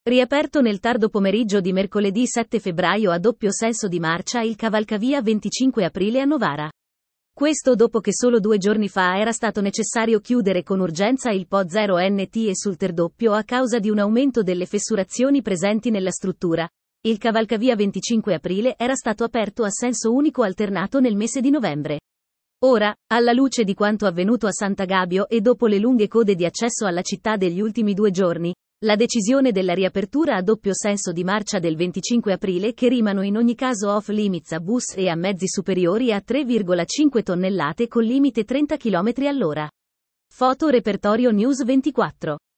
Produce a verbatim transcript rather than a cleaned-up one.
Riaperto nel tardo pomeriggio di mercoledì sette febbraio a doppio senso di marcia il cavalcavia venticinque aprile a Novara. Questo dopo che solo due giorni fa era stato necessario chiudere con urgenza il P O zero N T e sul Terdoppio a causa di un aumento delle fessurazioni presenti nella struttura. Il cavalcavia venticinque aprile era stato aperto a senso unico alternato nel mese di novembre. Ora, alla luce di quanto avvenuto a Sant'Agabio e dopo le lunghe code di accesso alla città degli ultimi due giorni, la decisione della riapertura a doppio senso di marcia del venticinque aprile che rimano in ogni caso off limits a bus e a mezzi superiori a tre virgola cinque tonnellate con limite trenta chilometri all'ora. Foto Repertorio News ventiquattro.